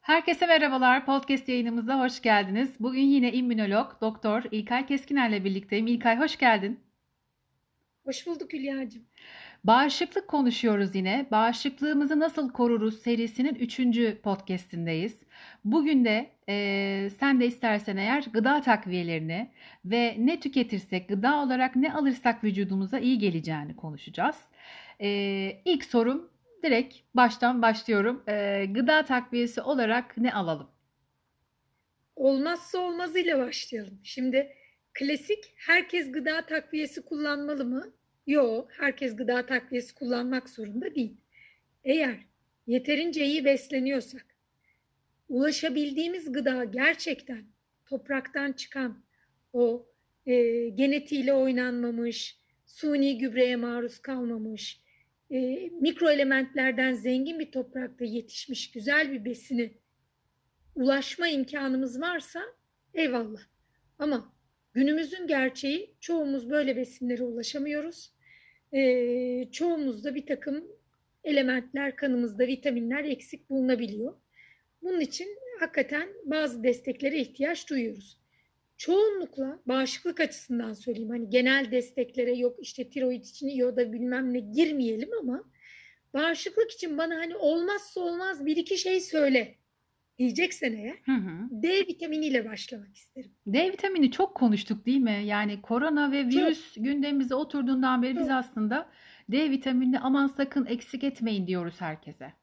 Herkese merhabalar. Podcast yayınımıza hoş geldiniz. Bugün yine immünolog Doktor İlkay Keskiner'le birlikteyim. İlkay hoş geldin. Hoş bulduk Hülya'cığım. Bağışıklık konuşuyoruz yine. Bağışıklığımızı nasıl koruruz serisinin üçüncü podcastindeyiz. Bugün de sen de istersen eğer gıda takviyelerini ve ne tüketirsek, gıda olarak ne alırsak vücudumuza iyi geleceğini konuşacağız. İlk sorum direkt baştan başlıyorum. Gıda takviyesi olarak ne alalım? Olmazsa olmazıyla başlayalım. Şimdi klasik herkes gıda takviyesi kullanmalı mı? Yok, herkes gıda takviyesi kullanmak zorunda değil. Eğer yeterince iyi besleniyorsak, ulaşabildiğimiz gıda gerçekten topraktan çıkan o genetiğiyle oynanmamış, suni gübreye maruz kalmamış, mikro elementlerden zengin bir toprakta yetişmiş güzel bir besini ulaşma imkanımız varsa eyvallah. Ama günümüzün gerçeği çoğumuz böyle besinlere ulaşamıyoruz. Çoğumuzda bir takım elementler kanımızda, vitaminler eksik bulunabiliyor. Bunun için hakikaten bazı desteklere ihtiyaç duyuyoruz. Çoğunlukla bağışıklık açısından söyleyeyim. Hani genel desteklere yok işte tiroid için iyi o da bilmem ne girmeyelim ama bağışıklık için bana hani olmazsa olmaz bir iki şey söyle diyeceksen eğer Hı hı. D vitaminiyle başlamak isterim. D vitamini çok konuştuk değil mi? Yani korona ve Çok virüs gündemimize oturduğundan beri biz çok. aslında D vitaminini aman sakın eksik etmeyin diyoruz herkese.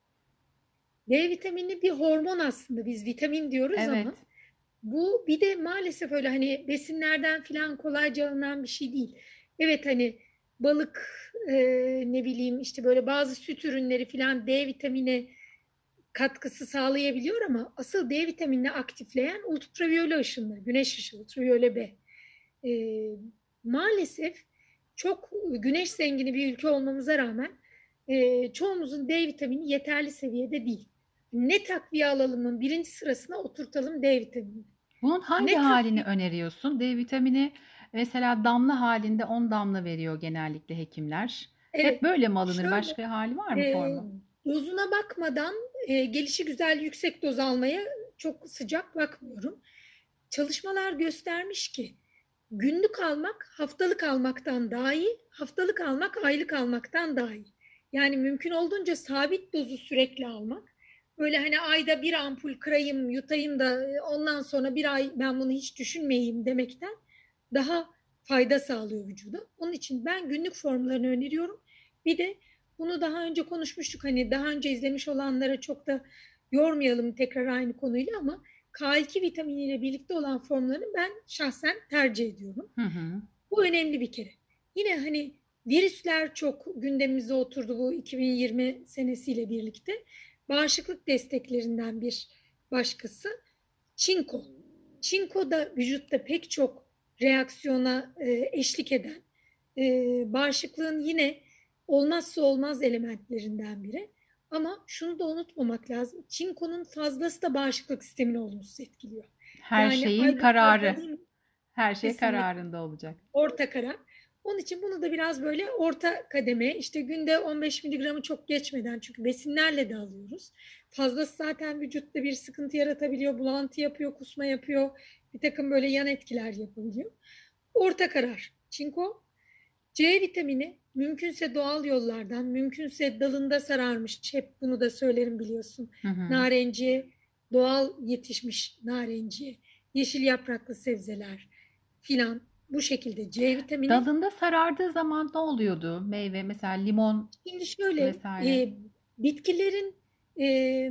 D vitamini bir hormon aslında. Biz vitamin diyoruz Evet. ama bu bir de maalesef öyle hani besinlerden falan kolayca alınan bir şey değil. Evet hani balık ne bileyim işte böyle bazı süt ürünleri falan D vitamini katkısı sağlayabiliyor ama asıl D vitaminini aktifleyen ultraviyole ışınlar, güneş ışığı, ultraviyole B. E, Maalesef çok güneş zengini bir ülke olmamıza rağmen çoğumuzun D vitamini yeterli seviyede değil. Ne takviye alalımın birinci sırasına oturtalım D vitamini. Bunun hangi Ne halini takviye? öneriyorsun? D vitamini mesela damla halinde 10 damla veriyor genellikle hekimler. Hep Evet, böyle mi alınır? şöyle Başka hali var mı e, formu? dozuna bakmadan gelişi güzel yüksek doz almaya çok sıcak bakmıyorum. Çalışmalar göstermiş ki günlük almak haftalık almaktan daha iyi, haftalık almak aylık almaktan daha iyi. Yani mümkün olduğunca sabit dozu sürekli almak. Böyle hani ayda bir ampul kırayım, yutayım da ondan sonra bir ay ben bunu hiç düşünmeyeyim demekten daha fayda sağlıyor vücuda. Onun için ben günlük formlarını öneriyorum. Bir de bunu daha önce konuşmuştuk. Hani daha önce izlemiş olanlara çok da yormayalım tekrar aynı konuyla ama K2 vitaminiyle birlikte olan formlarını ben şahsen tercih ediyorum. Hı hı. Bu önemli bir kere. Yine hani virüsler çok gündemimize oturdu bu 2020 senesiyle birlikte. Bağışıklık desteklerinden bir başkası çinko. Çinko da vücutta pek çok reaksiyona eşlik eden bağışıklığın yine olmazsa olmaz elementlerinden biri. Ama şunu da unutmamak lazım. Çinkonun fazlası da bağışıklık sistemini olumsuz etkiliyor. Her Yani şeyin ayda fazla kararı. değil mi? Her şey Kesinlikle. kararında olacak. Orta karar. Onun için bunu da biraz böyle orta kademe işte günde 15 miligramı çok geçmeden çünkü besinlerle de alıyoruz. Fazlası zaten vücutta bir sıkıntı yaratabiliyor, bulantı yapıyor, kusma yapıyor, bir takım böyle yan etkiler yapabiliyor. Orta karar çinko. C vitamini mümkünse doğal yollardan, mümkünse dalında sararmış, hep bunu da söylerim biliyorsun. Hı hı. Narenciye, doğal yetişmiş narenciye, yeşil yapraklı sebzeler filan bu şekilde C vitamini. Dalında sarardığı zaman ne oluyordu? Meyve mesela limon Şimdi şöyle vesaire. bitkilerin e,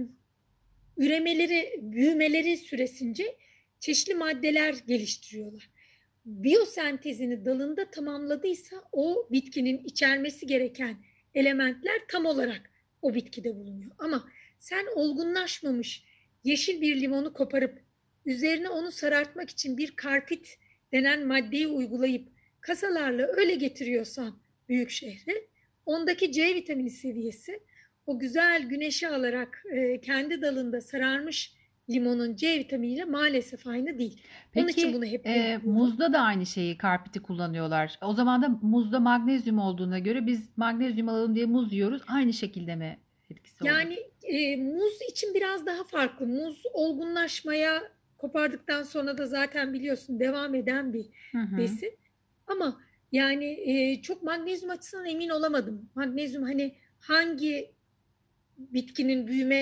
üremeleri, büyümeleri süresince çeşitli maddeler geliştiriyorlar. Biyosentezini dalında tamamladıysa o bitkinin içermesi gereken elementler tam olarak o bitkide bulunuyor. Ama sen olgunlaşmamış yeşil bir limonu koparıp üzerine onu sarartmak için bir karpit denen maddeyi uygulayıp kasalarla öyle getiriyorsan büyük şehre ondaki C vitamini seviyesi o güzel güneşi alarak kendi dalında sararmış limonun C vitaminiyle maalesef aynı değil. Onun için Peki bunu hep vurguluyorum. muzda da aynı şeyi karpiti kullanıyorlar. O zaman da muzda magnezyum olduğuna göre biz magnezyum alalım diye muz yiyoruz. Aynı şekilde mi? etkisi olur? Yani muz için biraz daha farklı. Muz olgunlaşmaya kopardıktan sonra da zaten biliyorsun devam eden bir Hı hı. besin. Ama yani çok magnezyum açısından emin olamadım. Magnezyum hani hangi bitkinin büyüme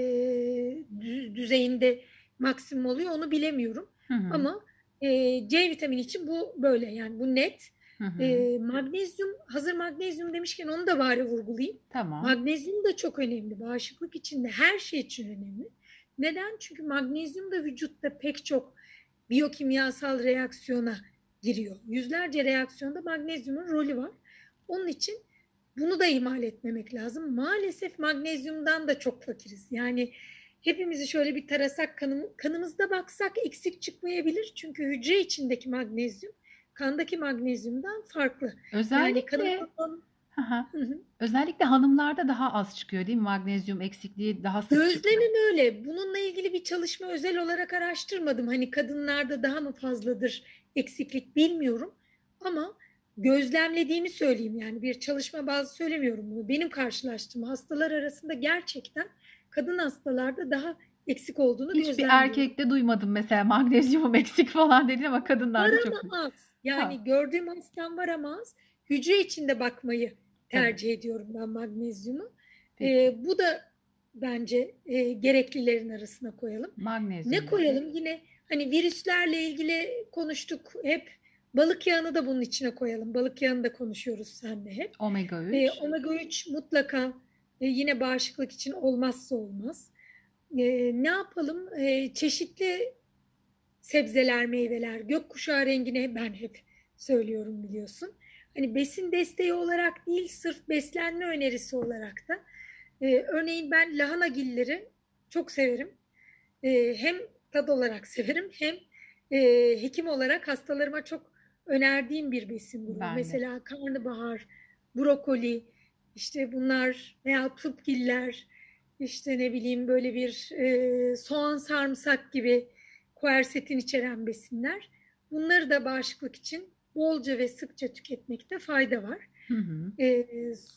düzeyinde maksimum oluyor onu bilemiyorum. Hı hı. Ama C vitamini için bu böyle yani bu net. Hı hı. Magnezyum, hazır magnezyum demişken onu da bari vurgulayayım. Tamam. Magnezyum da çok önemli. Bağışıklık için de her şey için önemli. Neden? Çünkü magnezyum da vücutta pek çok biyokimyasal reaksiyona giriyor. Yüzlerce reaksiyonda magnezyumun rolü var. Onun için bunu da ihmal etmemek lazım. Maalesef magnezyumdan da çok fakiriz. Yani hepimizi şöyle bir tarasak kanımızda baksak eksik çıkmayabilir. Çünkü hücre içindeki magnezyum kandaki magnezyumdan farklı. Yani Özellikle kanımızda hı hı. Özellikle hanımlarda daha az çıkıyor değil mi? Magnezyum eksikliği daha sık çıkıyor. gözlemim öyle. Bununla ilgili bir çalışma özel olarak araştırmadım. Hani kadınlarda daha mı fazladır eksiklik bilmiyorum. Ama gözlemlediğimi söyleyeyim. Yani bir çalışma bazı söylemiyorum bunu. Benim karşılaştığım hastalar arasında gerçekten kadın hastalarda daha eksik olduğunu Hiçbir gözlemliyorum. erkekte duymadım mesela magnezyumum eksik falan dedin ama Var kadınlarda çok. ama az. Ha, Yani gördüğüm hastam var ama az. Hücre içinde bakmayı tabii. tercih ediyorum ben magnezyumu. Peki. Bu da bence gereklilerin arasına koyalım. Ne Magnezyum koyalım? dedik. Yine hani virüslerle ilgili konuştuk hep. Balık yağını da bunun içine koyalım. Balık yağını da konuşuyoruz seninle hep. Omega 3. Omega 3 mutlaka yine bağışıklık için olmazsa olmaz. Ne yapalım? Çeşitli sebzeler, meyveler, gökkuşağı rengini ben hep söylüyorum biliyorsun. Hani besin desteği olarak değil, sırf beslenme önerisi olarak da. Örneğin ben lahanagilleri çok severim. Hem tad olarak severim hem hekim olarak hastalarıma çok önerdiğim bir besin grubu. Ben de. Mesela karnabahar, brokoli, işte bunlar veya turpgiller, işte ne bileyim böyle bir soğan sarımsak gibi kuersetin içeren besinler. Bunları da bağışıklık için bolca ve sıkça tüketmekte fayda var. Hı hı. E,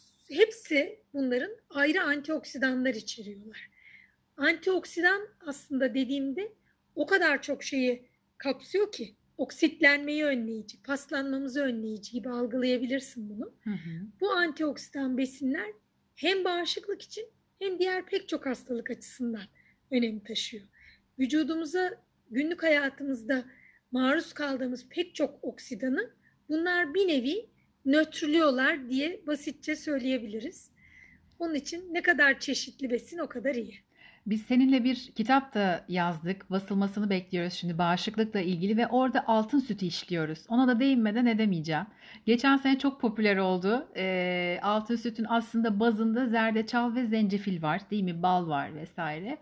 Hepsi bunların ayrı antioksidanlar içeriyorlar. Antioksidan aslında dediğimde o kadar çok şeyi kapsıyor ki oksitlenmeyi önleyici, paslanmamızı önleyici gibi algılayabilirsin bunu. Hı hı. Bu antioksidan besinler hem bağışıklık için hem diğer pek çok hastalık açısından önem taşıyor. Vücudumuza günlük hayatımızda maruz kaldığımız pek çok oksidanı bunlar bir nevi nötrlüyorlar diye basitçe söyleyebiliriz. Onun için ne kadar çeşitli besin o kadar iyi. Biz seninle bir kitap da yazdık. Basılmasını bekliyoruz şimdi bağışıklıkla ilgili ve orada altın sütü işliyoruz. Ona da değinmeden edemeyeceğim. Geçen sene çok popüler oldu. Altın sütün aslında bazında zerdeçal ve zencefil var, değil mi? Bal var vesaire.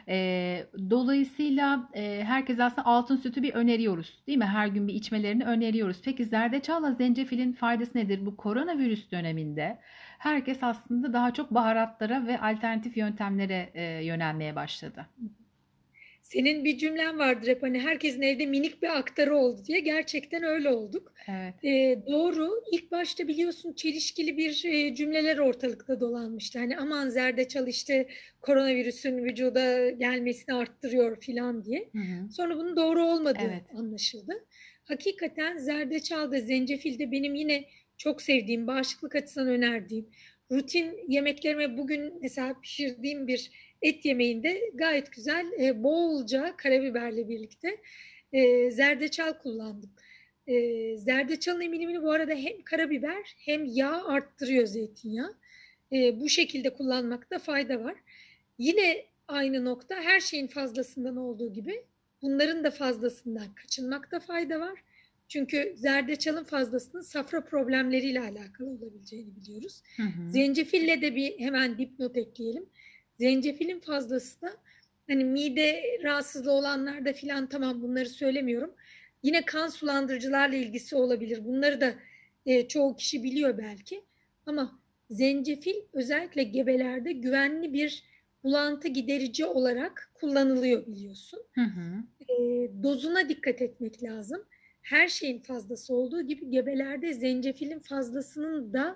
Dolayısıyla herkes aslında altın sütü bir öneriyoruz, değil mi? Her gün bir içmelerini öneriyoruz. Peki zerdeçalla zencefilin faydası nedir? Bu koronavirüs döneminde herkes aslında daha çok baharatlara ve alternatif yöntemlere yönelmeye başladı. Senin bir cümlen vardır hep hani herkesin evde minik bir aktarı oldu diye. Gerçekten öyle olduk. Evet. Doğru. İlk başta biliyorsun çelişkili bir cümleler ortalıkta dolanmıştı. Hani aman zerdeçal işte koronavirüsün vücuda gelmesini arttırıyor filan diye. Hı hı. Sonra bunun doğru olmadığı Evet. anlaşıldı. Hakikaten zerdeçal da zencefil de benim yine çok sevdiğim, bağışıklık açısından önerdiğim, rutin yemeklerime bugün mesela pişirdiğim bir et yemeğinde gayet güzel bolca karabiberle birlikte zerdeçal kullandım. Zerdeçalın emilimini bu arada hem karabiber hem yağ arttırıyor zeytinyağı. Bu şekilde kullanmakta fayda var. Yine aynı nokta her şeyin fazlasından olduğu gibi bunların da fazlasından kaçınmakta fayda var. Çünkü zerdeçalın fazlasının safra problemleriyle alakalı olabileceğini biliyoruz. Hı hı. Zencefille de bir hemen dipnot ekleyelim. Zencefilin fazlası da hani mide rahatsızlığı olanlarda filan tamam bunları söylemiyorum. Yine kan sulandırıcılarla ilgisi olabilir. Bunları da çoğu kişi biliyor belki. Ama zencefil özellikle gebelerde güvenli bir bulantı giderici olarak kullanılıyor biliyorsun. Hı hı. Dozuna dikkat etmek lazım. Her şeyin fazlası olduğu gibi gebelerde zencefilin fazlasının da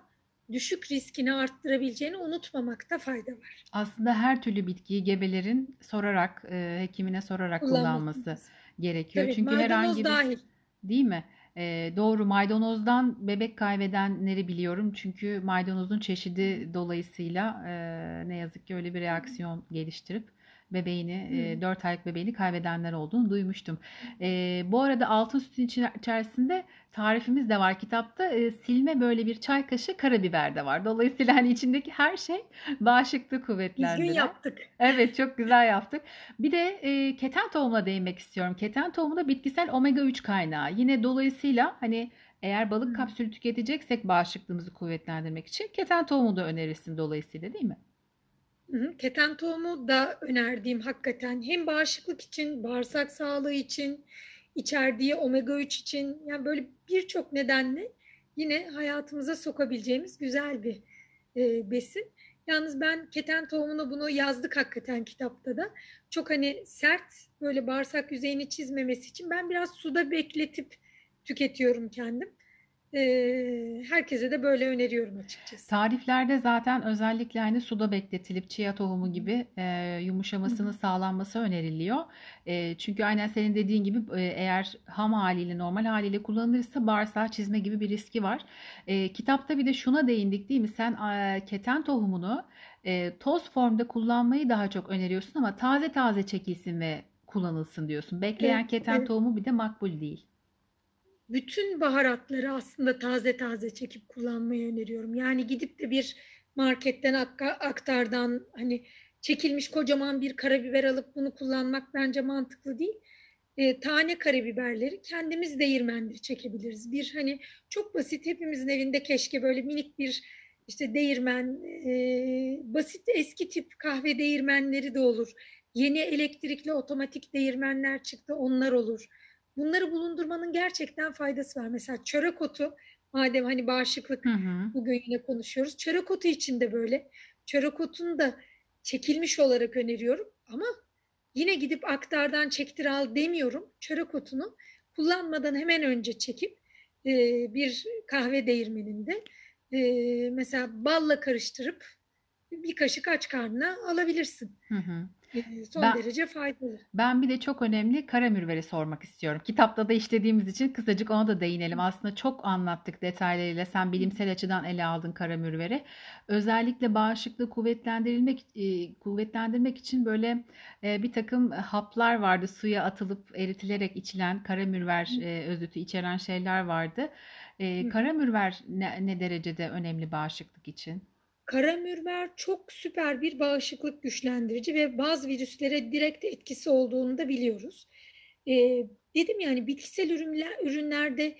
düşük riskini arttırabileceğini unutmamakta fayda var. Aslında her türlü bitkiyi gebelerin sorarak, hekimine sorarak Kullanması kullanması lazım. gerekiyor. Tabii Çünkü maydanoz herhangi bir, dahil. değil mi? Doğru, maydanozdan bebek kaybedenleri biliyorum. Çünkü maydanozun çeşidi dolayısıyla ne yazık ki öyle bir reaksiyon geliştirip bebeğini, Hı hı. 4 aylık bebeğini kaybedenler olduğunu duymuştum. Bu arada altın sütün içerisinde tarifimiz de var kitapta. Silme böyle bir çay kaşığı karabiber de var. Dolayısıyla hani içindeki her şey bağışıklığı Düzgün kuvvetlendiren. yaptık. Evet, çok güzel yaptık. Bir de keten tohumuna değinmek istiyorum. Keten tohumu da bitkisel omega 3 kaynağı. Yine dolayısıyla hani eğer Hı balık hı. kapsülü tüketeceksek bağışıklığımızı kuvvetlendirmek için keten tohumu da önerirsin dolayısıyla, değil mi? Hı hı. Keten tohumu da önerdiğim hakikaten hem bağışıklık için, bağırsak sağlığı için, içerdiği omega 3 için yani böyle birçok nedenle yine hayatımıza sokabileceğimiz güzel bir besin. Yalnız ben keten tohumunu bunu yazdık hakikaten kitapta da. Çok hani sert böyle bağırsak yüzeyini çizmemesi için ben biraz suda bekletip tüketiyorum kendim. Herkese de böyle öneriyorum açıkçası. Tariflerde zaten özellikle hani suda bekletilip chia Hı tohumu hı. gibi Hı hı. yumuşamasının sağlanması öneriliyor. Çünkü aynen senin dediğin gibi eğer ham haliyle normal haliyle kullanılırsa bağırsağı çizme gibi bir riski var. Kitapta bir de şuna değindik değil mi? Sen keten tohumunu toz formda kullanmayı daha çok öneriyorsun ama taze taze çekilsin ve kullanılsın diyorsun. Evet, Bekleyen keten evet. tohumu bir de makbul değil. Bütün baharatları aslında taze taze çekip kullanmayı öneriyorum. Yani gidip de bir marketten aktardan hani çekilmiş kocaman bir karabiber alıp bunu kullanmak bence mantıklı değil. Tane karabiberleri kendimiz değirmendir çekebiliriz. Bir hani çok basit hepimizin evinde keşke böyle minik bir işte değirmen, basit eski tip kahve değirmenleri de olur. Yeni elektrikli otomatik değirmenler çıktı, onlar olur. Bunları bulundurmanın gerçekten faydası var. Mesela çörek otu, madem hani Hı bağışıklık hı. bugün yine konuşuyoruz. Çörek otu için de böyle. Çörek otunu da çekilmiş olarak öneriyorum. Ama yine gidip aktardan çektir al demiyorum. Çörek otunu kullanmadan hemen önce çekip e, bir kahve değirmeninde mesela balla karıştırıp bir kaşık aç karnına alabilirsin. Hı hı. Son Ben derece faydalı. Ben bir de çok önemli kara mürveri sormak istiyorum. Kitapta da işlediğimiz için kısacık ona da değinelim. Aslında çok anlattık detaylarıyla. Sen bilimsel açıdan ele aldın kara mürveri. Özellikle bağışıklığı kuvvetlendirmek için böyle bir takım haplar vardı. Suya atılıp eritilerek içilen kara mürver özütü içeren şeyler vardı. Kara mürver ne derecede önemli bağışıklık için? Karamürver çok süper bir bağışıklık güçlendirici ve bazı virüslere direkt etkisi olduğunu da biliyoruz. Dedim yani bitkisel ürünlerde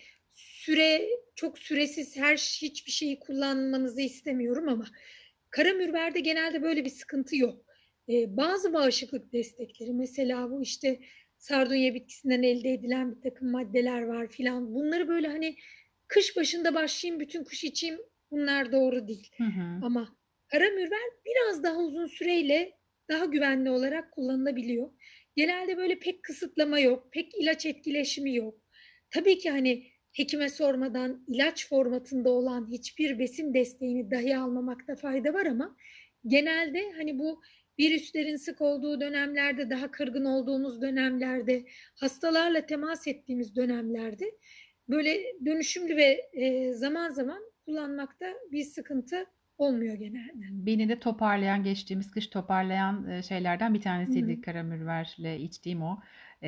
çok süresiz hiçbir şeyi kullanmanızı istemiyorum ama karamürverde genelde böyle bir sıkıntı yok. Bazı bağışıklık destekleri mesela bu işte sardunya bitkisinden elde edilen bir takım maddeler var filan. Bunları böyle hani kış başında başlayayım bütün kış içeyim, bunlar doğru değil. Hı hı. Ama karamürver biraz daha uzun süreyle daha güvenli olarak kullanılabiliyor. Genelde böyle pek kısıtlama yok, pek ilaç etkileşimi yok. Tabii ki hani hekime sormadan ilaç formatında olan hiçbir besin desteğini dahi almamakta fayda var ama genelde hani bu virüslerin sık olduğu dönemlerde, daha kırgın olduğumuz dönemlerde, hastalarla temas ettiğimiz dönemlerde böyle dönüşümlü ve zaman zaman kullanmakta bir sıkıntı olmuyor genelde. Beni de toparlayan, geçtiğimiz kış toparlayan şeylerden bir Hı hı. tanesiydi karamürverle içtiğim o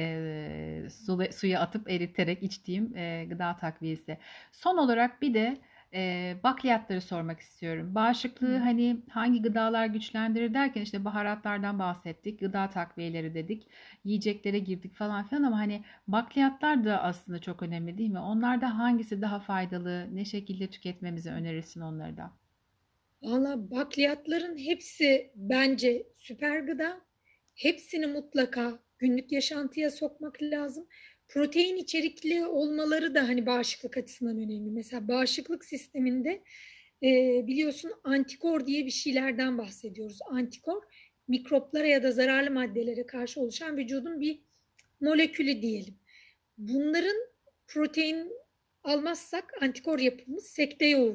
suya atıp eriterek içtiğim gıda takviyesi. Son olarak bir de bakliyatları sormak istiyorum. Hı Bağışıklığı hı. hani hangi gıdalar güçlendirir derken işte baharatlardan bahsettik, gıda takviyeleri dedik, yiyeceklere girdik falan filan ama hani bakliyatlar da aslında çok önemli değil mi? Onlarda hangisi daha faydalı, ne şekilde tüketmemizi önerirsin onları da? Valla bakliyatların hepsi bence süper gıda. Hepsini mutlaka günlük yaşantıya sokmak lazım. Protein içerikli olmaları da hani bağışıklık açısından önemli. Mesela bağışıklık sisteminde biliyorsun antikor diye bir şeylerden bahsediyoruz. Antikor mikroplara ya da zararlı maddelere karşı oluşan vücudun bir molekülü diyelim. Bunların protein almazsak antikor yapımız sekteye uğruyor.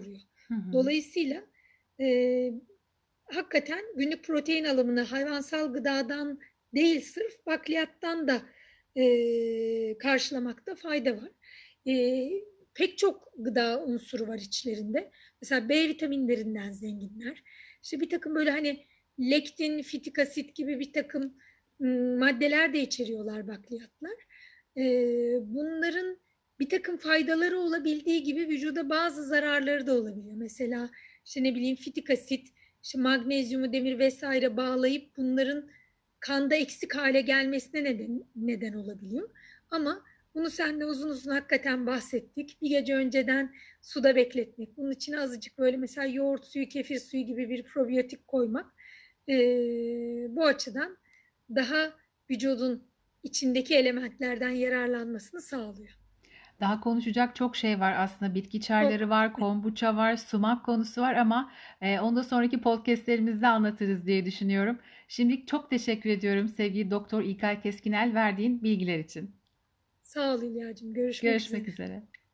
Hı hı. Dolayısıyla hakikaten günlük protein alımını hayvansal gıdadan değil sırf bakliyattan da karşılamakta fayda var. E, Pek çok gıda unsuru var içlerinde. Mesela B vitaminlerinden zenginler. İşte bir takım böyle hani lektin, fitik asit gibi bir takım maddeler de içeriyorlar bakliyatlar. E, Bunların bir takım faydaları olabildiği gibi vücuda bazı zararları da olabiliyor. Mesela işte ne bileyim fitik asit, işte magnezyumu, demir vesaire bağlayıp bunların kanda eksik hale gelmesine neden olabiliyor. Ama bunu seninle uzun uzun hakikaten bahsettik. Bir gece önceden suda bekletmek. Bunun içine azıcık böyle mesela yoğurt suyu, kefir suyu gibi bir probiyotik koymak. Bu açıdan daha vücudun içindeki elementlerden yararlanmasını sağlıyor. Daha konuşacak çok şey var aslında. Bitki çayları Çok. var, kombuça var, sumak konusu var ama onu da sonraki podcastlerimizde anlatırız diye düşünüyorum. Şimdi çok teşekkür ediyorum sevgili Doktor İlkay Keskinel verdiğin bilgiler için. Sağ ol İlyacığım. Görüşmek Görüşmek üzere. üzere.